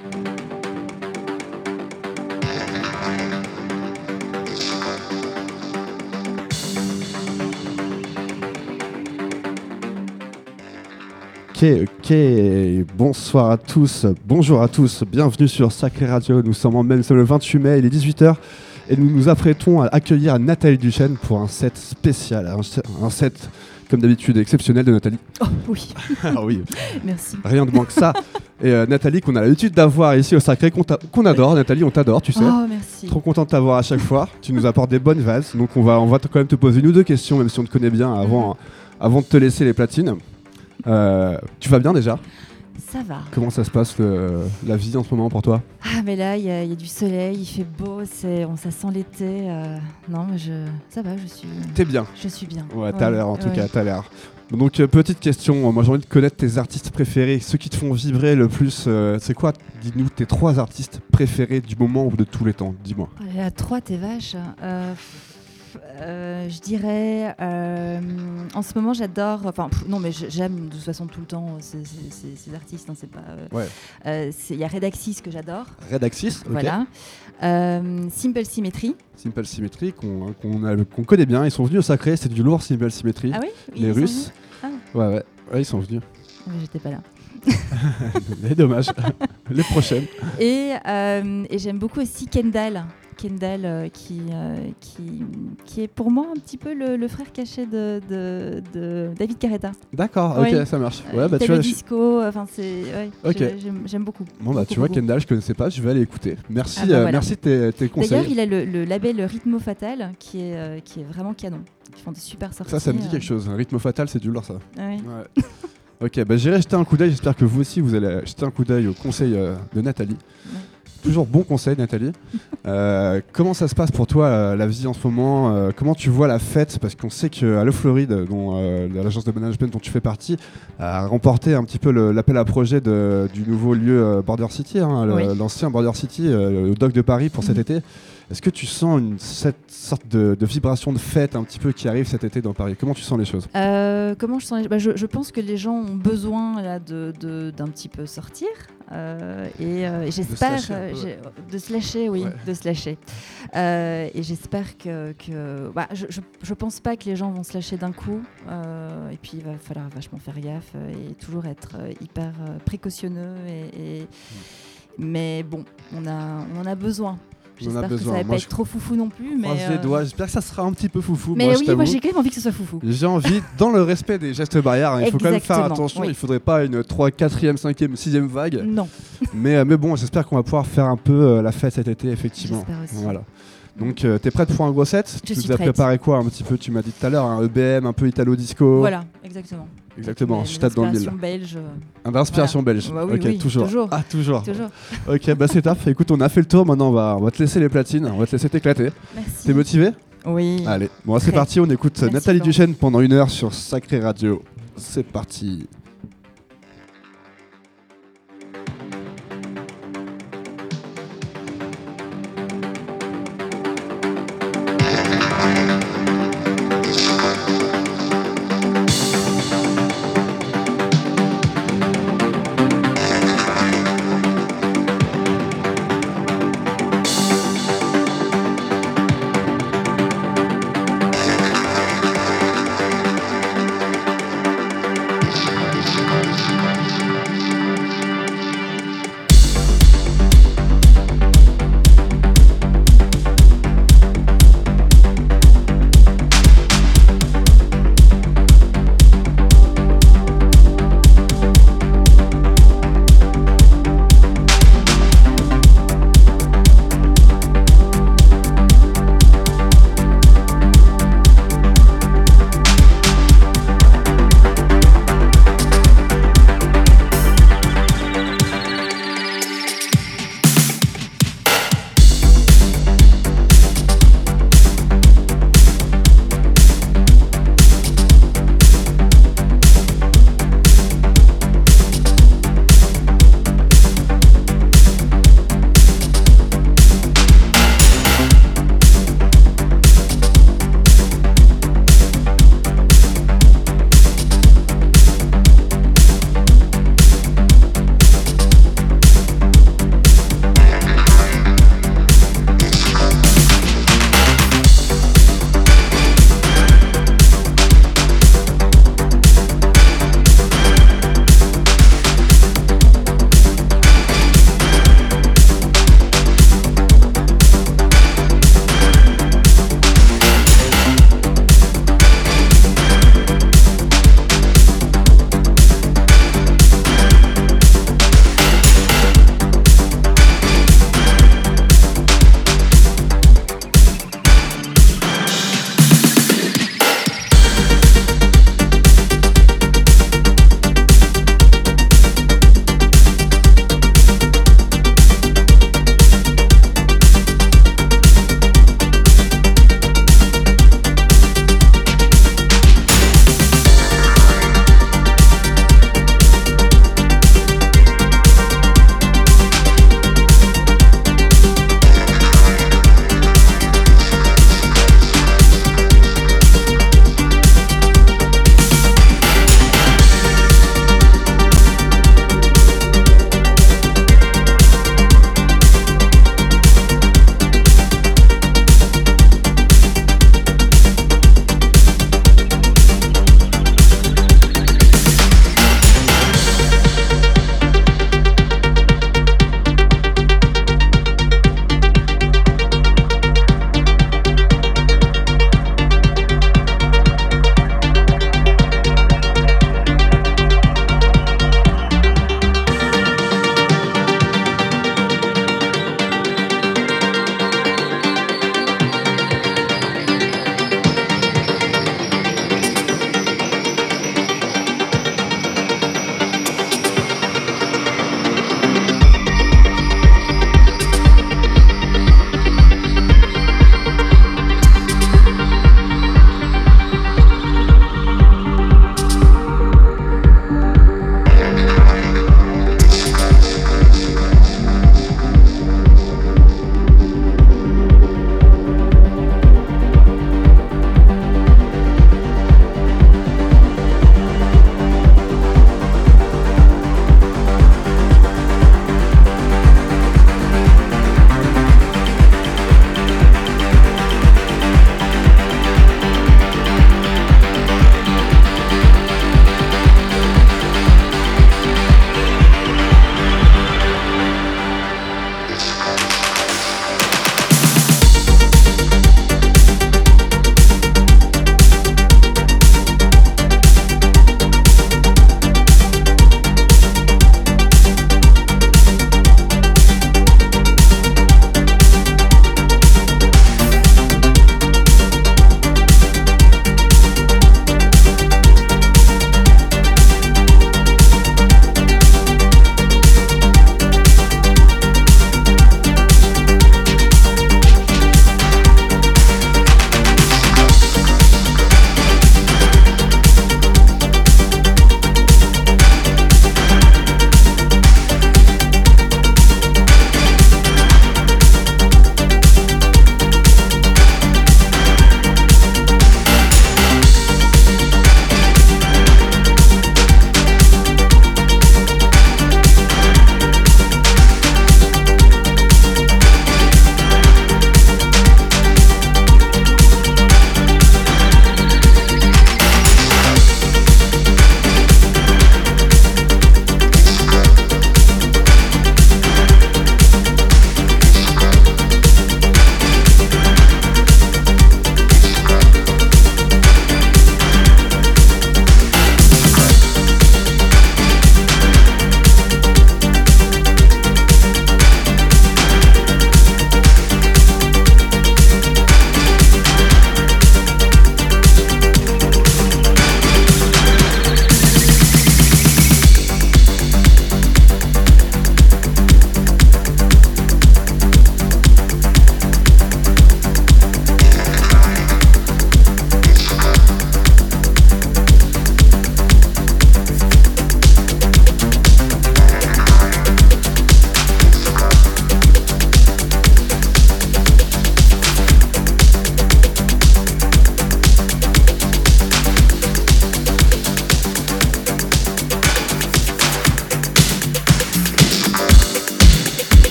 Ok, bonsoir à tous, bonjour à tous, bienvenue sur Sacré Radio. Nous sommes le 28 mai, il est 18h et nous nous apprêtons à accueillir Nathalie Duchesne pour un set spécial, un set comme d'habitude exceptionnel de Nathalie. Oh oui. Ah oui. Merci. Rien de moins que ça. Et Nathalie qu'on a l'habitude d'avoir ici au Sacré, qu'on adore. Nathalie, on t'adore, tu sais. Oh merci. Trop content de t'avoir à chaque fois. Tu nous apportes des bonnes vases, donc on va quand même te poser une ou deux questions, même si on te connaît bien, avant de te laisser les platines. Tu vas bien déjà ? Ça va. Comment ça se passe la vie en ce moment pour toi ? Ah mais là il y a du soleil, il fait beau, ça sent l'été. Non mais ça va, je suis. T'es bien ? Je suis bien. Ouais, t'as l'air en tout cas, t'as l'air. Donc petite question, moi j'ai envie de connaître tes artistes préférés, ceux qui te font vibrer le plus. C'est quoi, dis-nous, tes 3 artistes préférés du moment ou de tous les temps ? Dis-moi. Oh là là, 3 t'es vache. Je dirais en ce moment j'adore, non mais j'aime de toute façon tout le temps ces artistes, hein, c'est pas il y a Redaxis que j'adore. Redaxis, ok. Voilà. Simple Symmetry qu'on connaît bien, ils sont venus au Sacré, c'est du lourd. Simple Symmetry. Ah oui, les Russes. Ouais, ils sont venus. Mais j'étais pas là. Mais dommage. Les prochaines. Et j'aime beaucoup aussi Kendall, qui est pour moi un petit peu le frère caché de David Carretta. D'accord, ok, ça marche. Ouais, tu vois, disco, okay. J'aime beaucoup. Bon bah tu vois, Kendall, je connaissais pas, je vais aller écouter. Merci, merci de tes conseils. D'ailleurs, il a le label Rythmo Fatal qui est vraiment canon. Ils font des super sorties. Ça me dit quelque chose. Rythmo Fatal, c'est du lourd ça. Ouais. Ok, j'irai jeter un coup d'œil. J'espère que vous aussi vous allez jeter un coup d'œil au conseil de Nathalie. Ouais. Toujours bon conseil, Nathalie. Comment ça se passe pour toi la vie en ce moment ? Comment tu vois la fête ? Parce qu'on sait qu'à Le Floride, dont l'agence de management dont tu fais partie, a remporté un petit peu l'appel à projet du nouveau lieu Border City, l'ancien Border City, au Dock de Paris pour cet été. Est-ce que tu sens cette sorte de vibration de fête un petit peu qui arrive cet été dans Paris ? Comment tu sens les choses ? Comment je sens je pense que les gens ont besoin là, d'un petit peu sortir et j'espère de se lâcher, oui, ouais. De se lâcher. Et j'espère que je pense pas que les gens vont se lâcher d'un coup. Et puis il va falloir vachement faire gaffe et toujours être hyper précautionneux. Mais bon, on en a besoin. J'espère que ça va pas être trop foufou non plus. Croise les doigts, j'espère que ça sera un petit peu foufou. Mais moi j'ai quand même envie que ce soit foufou. J'ai envie, dans le respect des gestes barrières, il faut quand même faire attention, il faudrait pas une 3, 4e, 5e, 6e vague. Non. mais bon, j'espère qu'on va pouvoir faire un peu la fête cet été, effectivement. J'espère aussi. Voilà. Donc t'es prête pour un gros set ? Je tu suis nous as prête. préparé quoi un petit peu ? Tu m'as dit tout à l'heure, un EBM, un peu italo-disco. Voilà, exactement. Je tape dans le mille. Belge. D'inspiration belge. Bah oui, toujours. Ah, toujours. Toujours. Ok, c'est top. Écoute, on a fait le tour. Maintenant, on va te laisser les platines. On va te laisser t'éclater. Merci. T'es motivé ? Oui. Allez, bon, c'est parti. On écoute Merci Nathalie Florent. Duchesne pendant 1 heure sur Sacré Radio. C'est parti.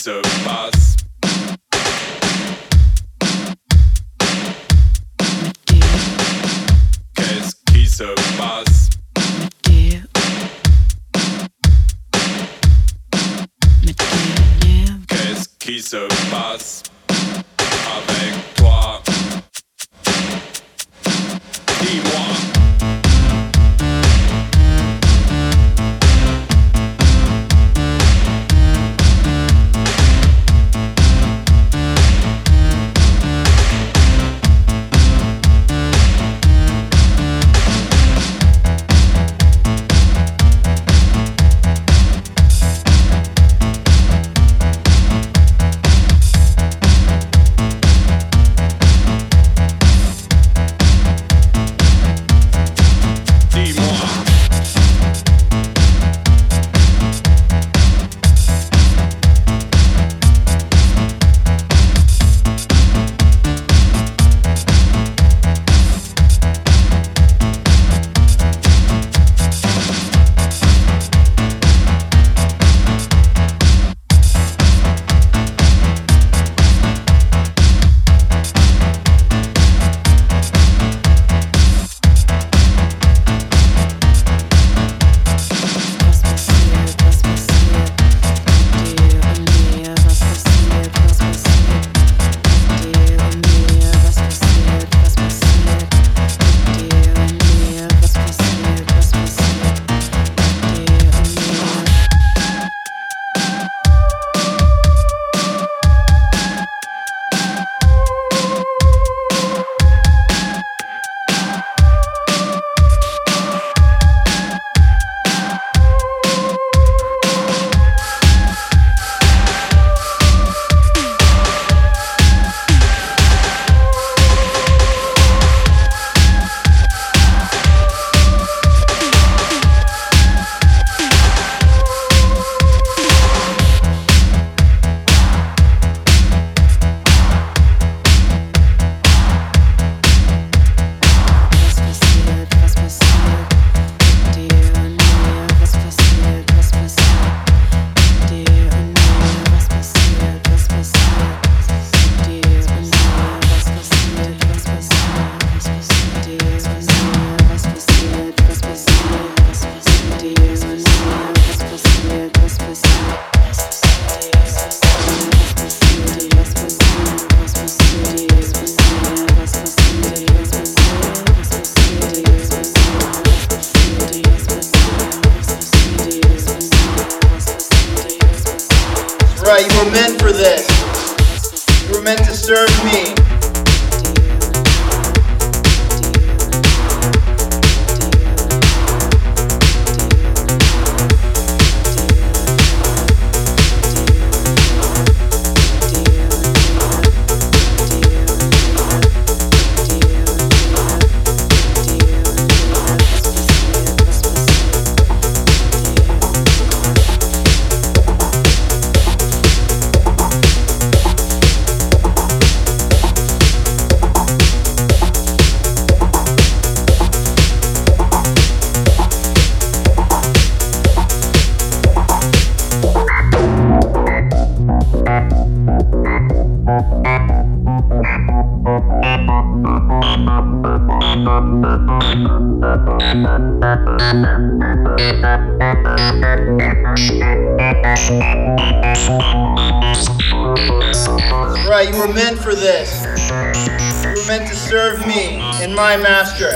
se passe? Qu'est-ce qui se passe? Qu'est-ce qui se passe avec toi? Dis-moi. right, you were meant for this. You were meant to serve me. Right, you were meant for this. You were meant to serve me and my master.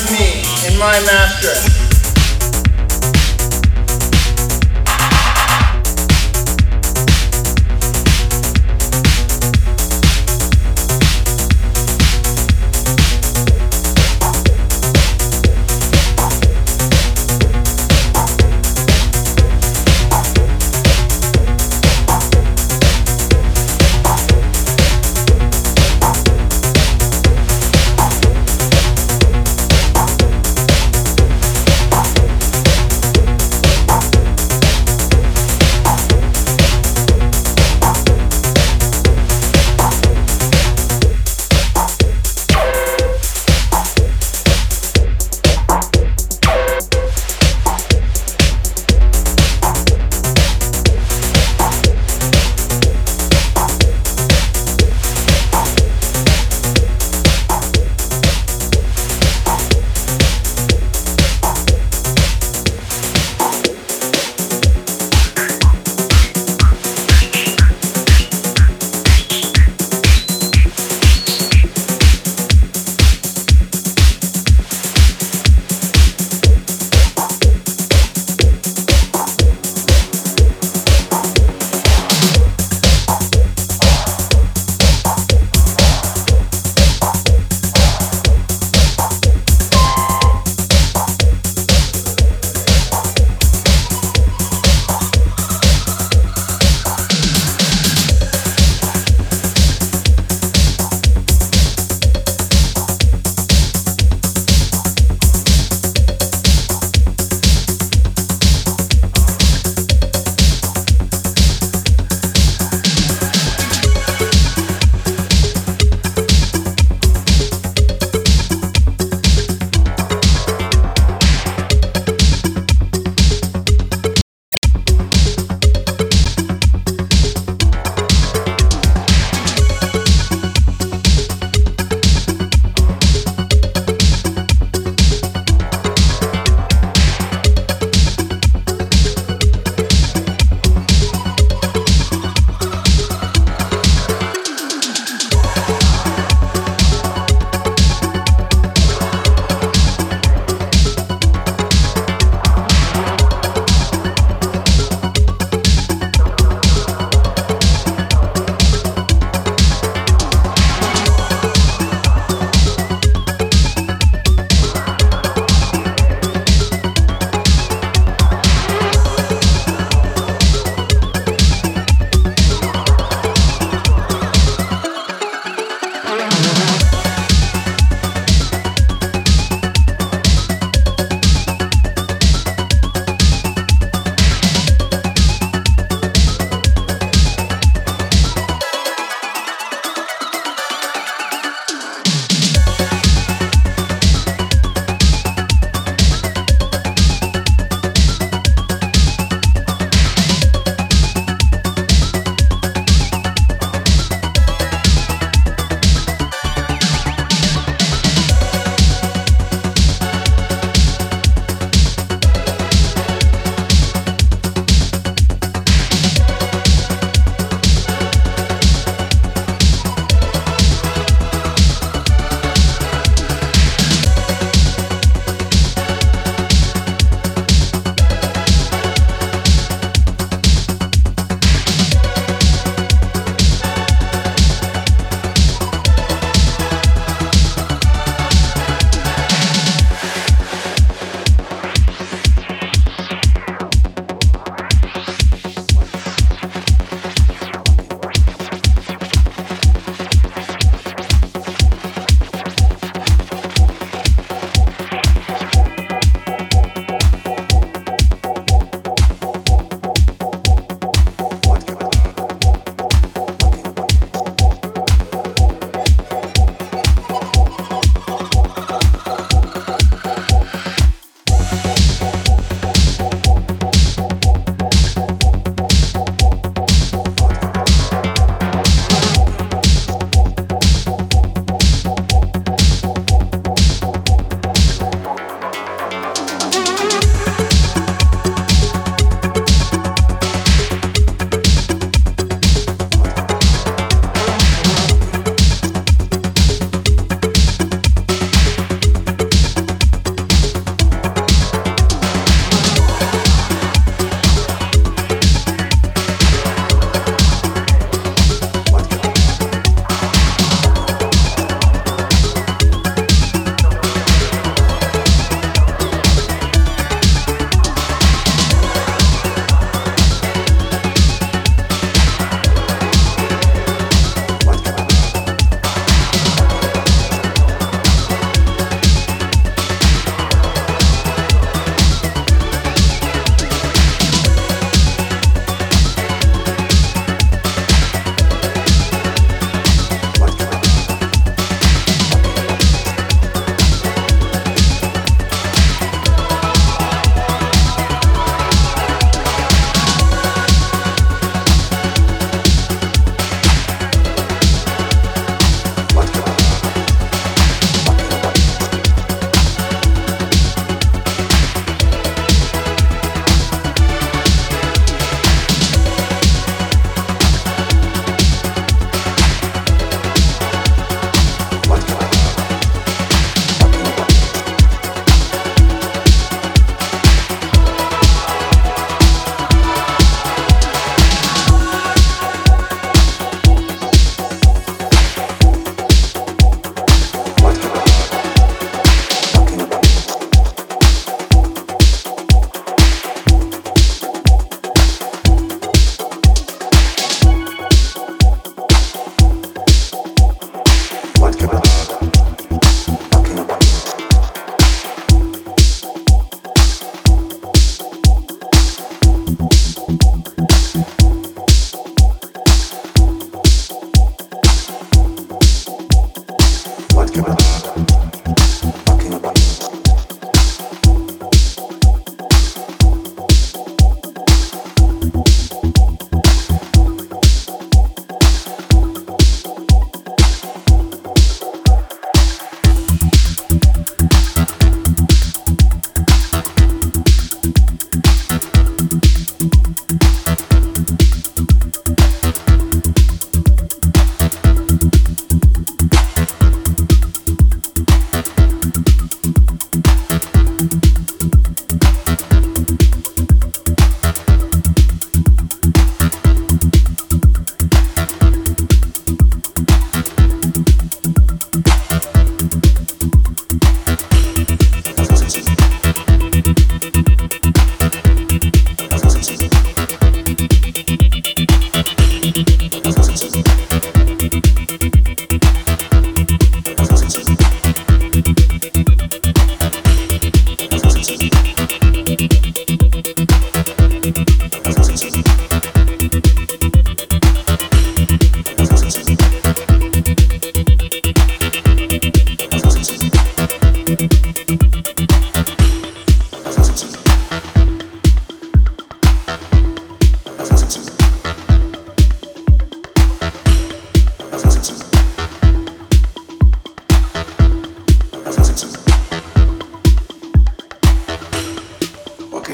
me and my master.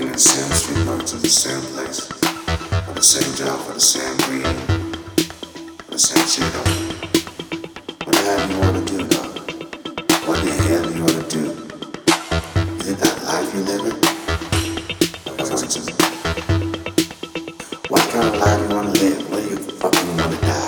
Working in the same street, going to the same place, for the same job, for the same green, for the same shit, though. What the hell do you wanna do, though? What the hell do you wanna do? Is it that life you living? What kind of life you wanna live? Where you fucking wanna die?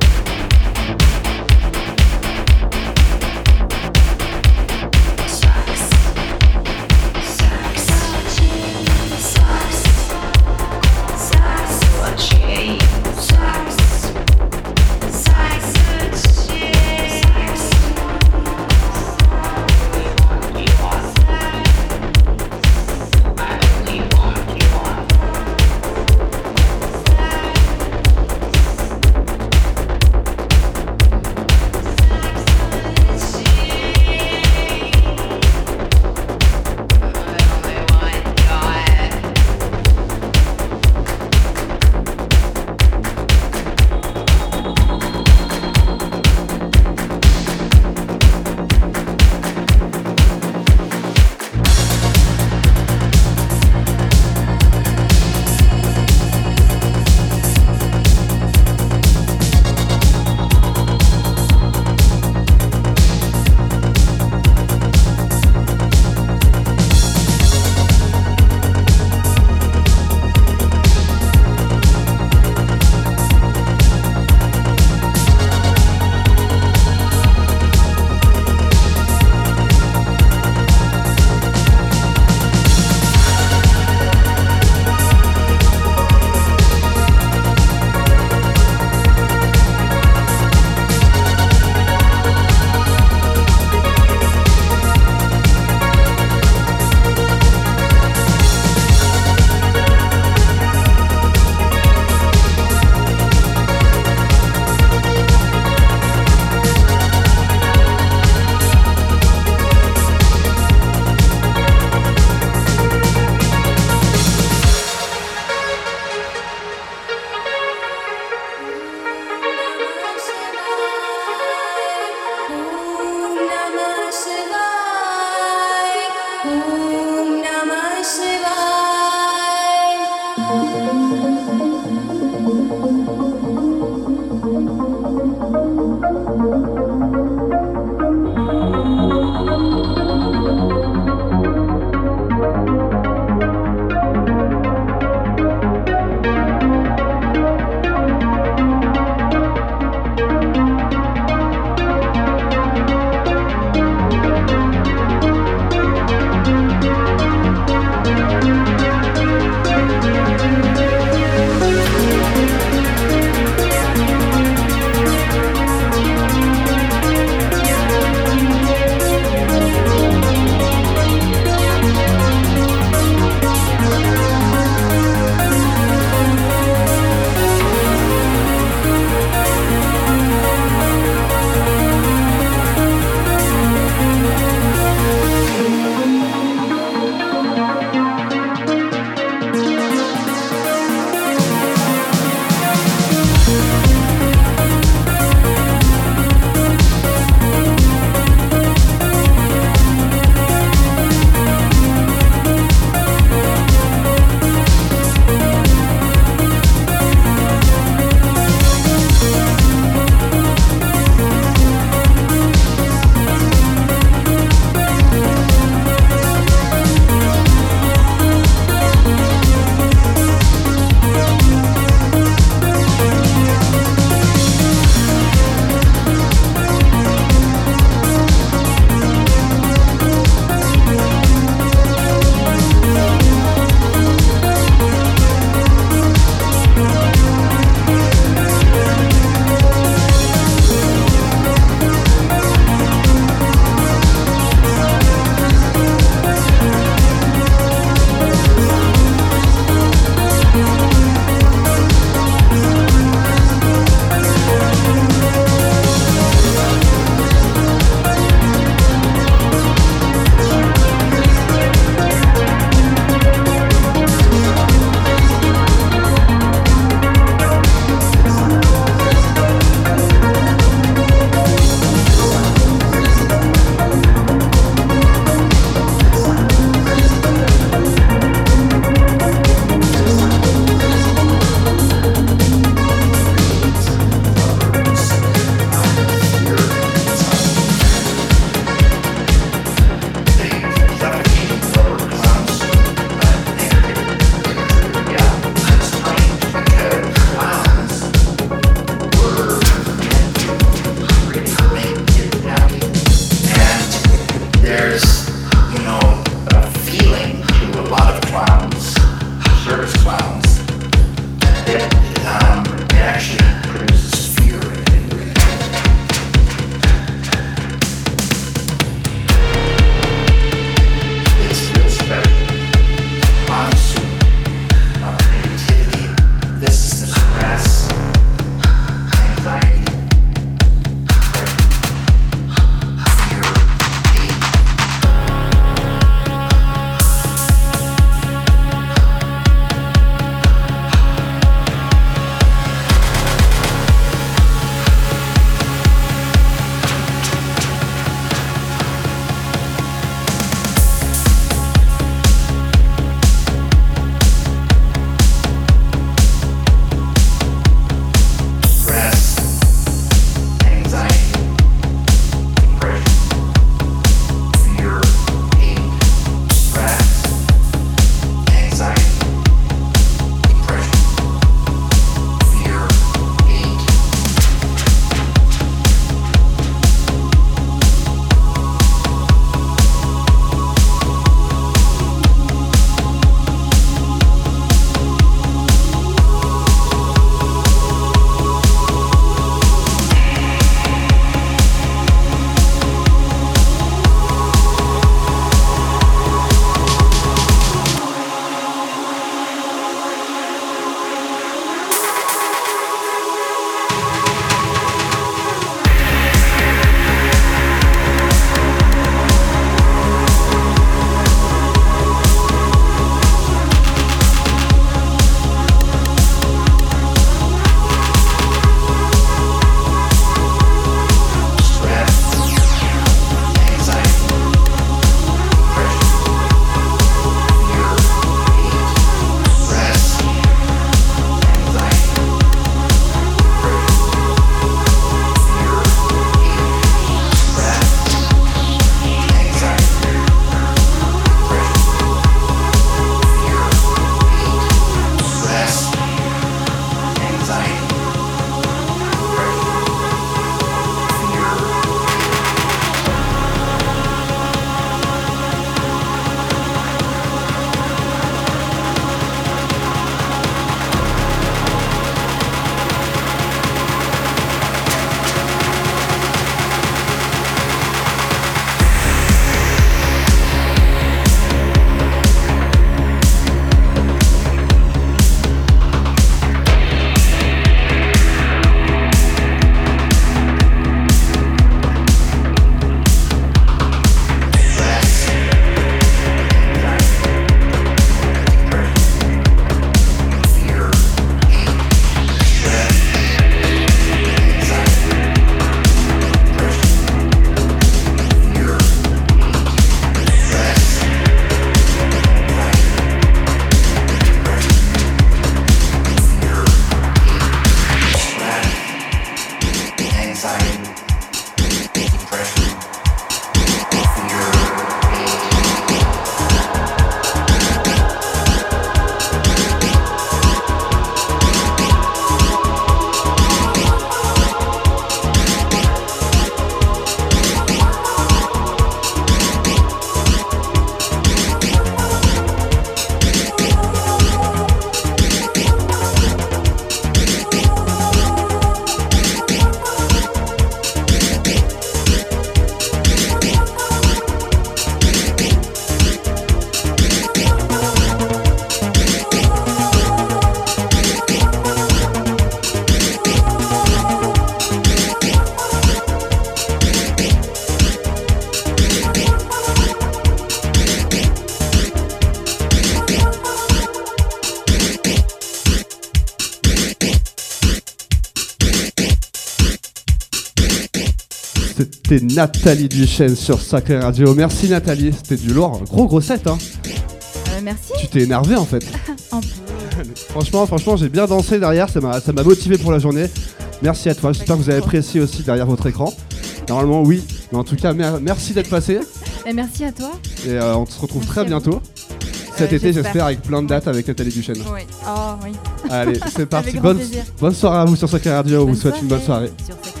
C'était Nathalie Duchesne sur Sacré Radio. Merci Nathalie, c'était du lourd. Gros set, hein. Merci. Tu t'es énervé en fait. Un peu. Franchement, j'ai bien dansé derrière, ça m'a motivé pour la journée. Merci à toi, j'espère que vous avez apprécié aussi derrière votre écran. Normalement oui, mais en tout cas merci d'être passé. Et merci à toi. Et on se retrouve très bientôt. Cet été j'espère avec plein de dates avec Nathalie Duchesne. Oui. Oh oui. Allez, c'est parti. Avec grand plaisir. Bonne soirée à vous sur Sacré Radio, on vous Bonne souhaite une bonne soirée. sur Sacré